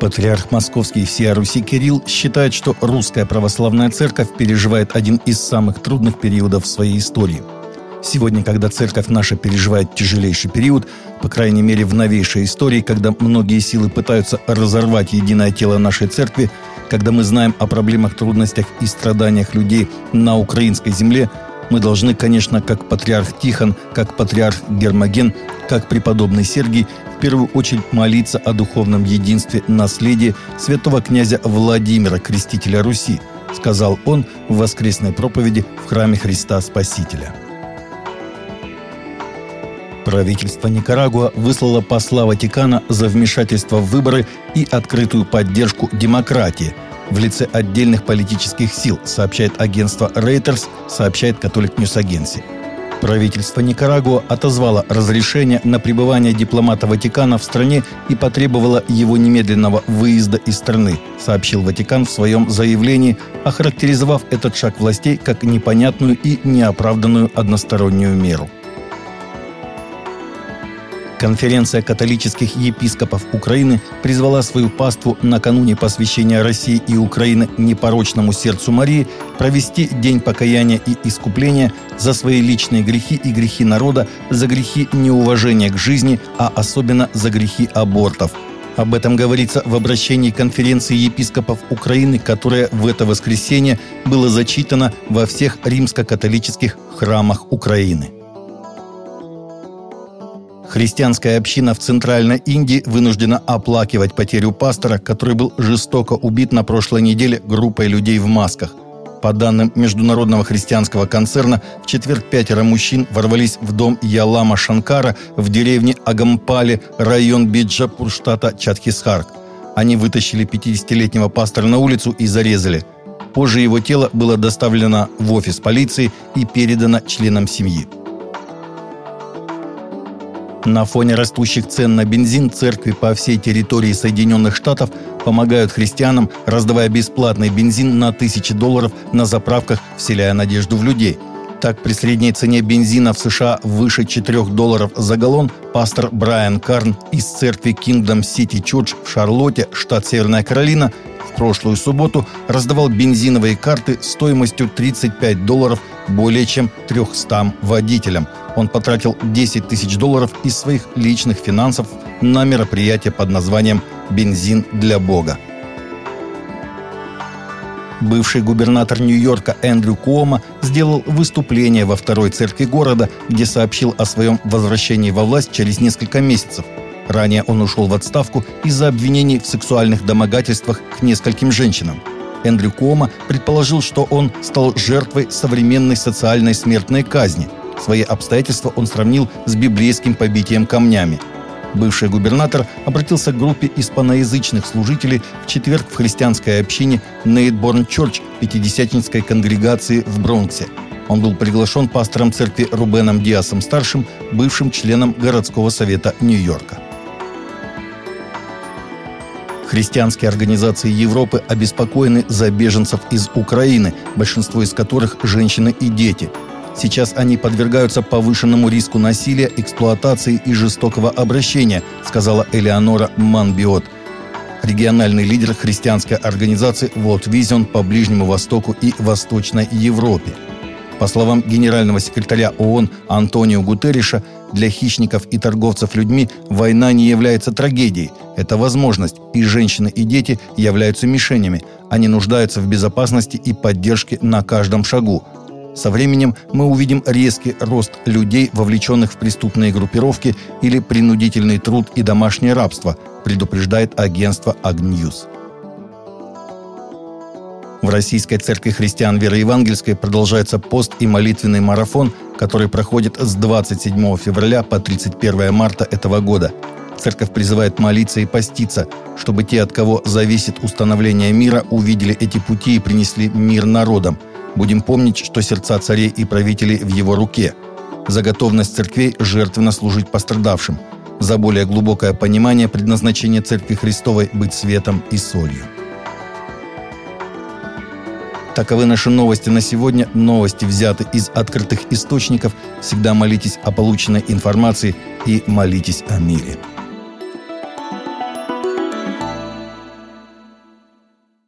Патриарх Московский всея Руси Кирилл считает, что Русская Православная Церковь переживает один из самых трудных периодов в своей истории. Сегодня, когда Церковь наша переживает тяжелейший период, по крайней мере в новейшей истории, когда многие силы пытаются разорвать единое тело нашей Церкви, когда мы знаем о проблемах, трудностях и страданиях людей на украинской земле, мы должны, конечно, как патриарх Тихон, как патриарх Гермоген, как преподобный Сергий, в первую очередь молиться о духовном единстве наследия святого князя Владимира, крестителя Руси, сказал он в воскресной проповеди в храме Христа Спасителя. Правительство Никарагуа выслало посла Ватикана за вмешательство в выборы и открытую поддержку демократии в лице отдельных политических сил, сообщает агентство Reuters, сообщает Catholic News Agency. Правительство Никарагуа отозвало разрешение на пребывание дипломата Ватикана в стране и потребовало его немедленного выезда из страны, сообщил Ватикан в своем заявлении, охарактеризовав этот шаг властей как непонятную и неоправданную одностороннюю меру. Конференция католических епископов Украины призвала свою паству накануне посвящения России и Украины непорочному сердцу Марии провести День покаяния и искупления за свои личные грехи и грехи народа, за грехи неуважения к жизни, а особенно за грехи абортов. Об этом говорится в обращении конференции епископов Украины, которое в это воскресенье было зачитано во всех римско-католических храмах Украины. Христианская община в Центральной Индии вынуждена оплакивать потерю пастора, который был жестоко убит на прошлой неделе группой людей в масках. По данным международного христианского концерна, в четверг 5 мужчин ворвались в дом Ялама Шанкара в деревне Агампали, район Биджапур, штата Чатхисгарх. Они вытащили 50-летнего пастора на улицу и зарезали. Позже его тело было доставлено в офис полиции и передано членам семьи. На фоне растущих цен на бензин церкви по всей территории Соединенных Штатов помогают христианам, раздавая бесплатный бензин на $1000 на заправках, вселяя надежду в людей. Так, при средней цене бензина в США выше $4 за галлон пастор Брайан Карн из церкви Kingdom City Church в Шарлотте, штат Северная Каролина, в прошлую субботу раздавал бензиновые карты стоимостью $35 более чем 300 водителям. Он потратил $10 000 из своих личных финансов на мероприятие под названием «Бензин для Бога». Бывший губернатор Нью-Йорка Эндрю Куомо сделал выступление во второй церкви города, где сообщил о своем возвращении во власть через несколько месяцев. Ранее он ушел в отставку из-за обвинений в сексуальных домогательствах к нескольким женщинам. Эндрю Куомо предположил, что он стал жертвой современной социальной смертной казни. Свои обстоятельства он сравнил с библейским побитием камнями. Бывший губернатор обратился к группе испаноязычных служителей в четверг в христианской общине Нейтборн Чорч пятидесятнической конгрегации в Бронксе. Он был приглашен пастором церкви Рубеном Диасом-старшим, бывшим членом городского совета Нью-Йорка. Христианские организации Европы обеспокоены за беженцев из Украины, большинство из которых женщины и дети. Сейчас они подвергаются повышенному риску насилия, эксплуатации и жестокого обращения, сказала Элеонора Манбиот, региональный лидер христианской организации World Vision по Ближнему Востоку и Восточной Европе. По словам генерального секретаря ООН Антонио Гутерриша, для хищников и торговцев людьми война не является трагедией. Это возможность, и женщины и дети являются мишенями. Они нуждаются в безопасности и поддержке на каждом шагу. Со временем мы увидим резкий рост людей, вовлеченных в преступные группировки или принудительный труд и домашнее рабство, предупреждает агентство Агньюз. В Российской Церкви Христиан Веры Евангельской продолжается пост и молитвенный марафон, который проходит с 27 февраля по 31 марта этого года. Церковь призывает молиться и поститься, чтобы те, от кого зависит установление мира, увидели эти пути и принесли мир народам. Будем помнить, что сердца царей и правителей в его руке. За готовность церквей жертвенно служить пострадавшим. За более глубокое понимание предназначения Церкви Христовой быть светом и солью. Таковы наши новости на сегодня. Новости взяты из открытых источников. Всегда молитесь о полученной информации и молитесь о мире.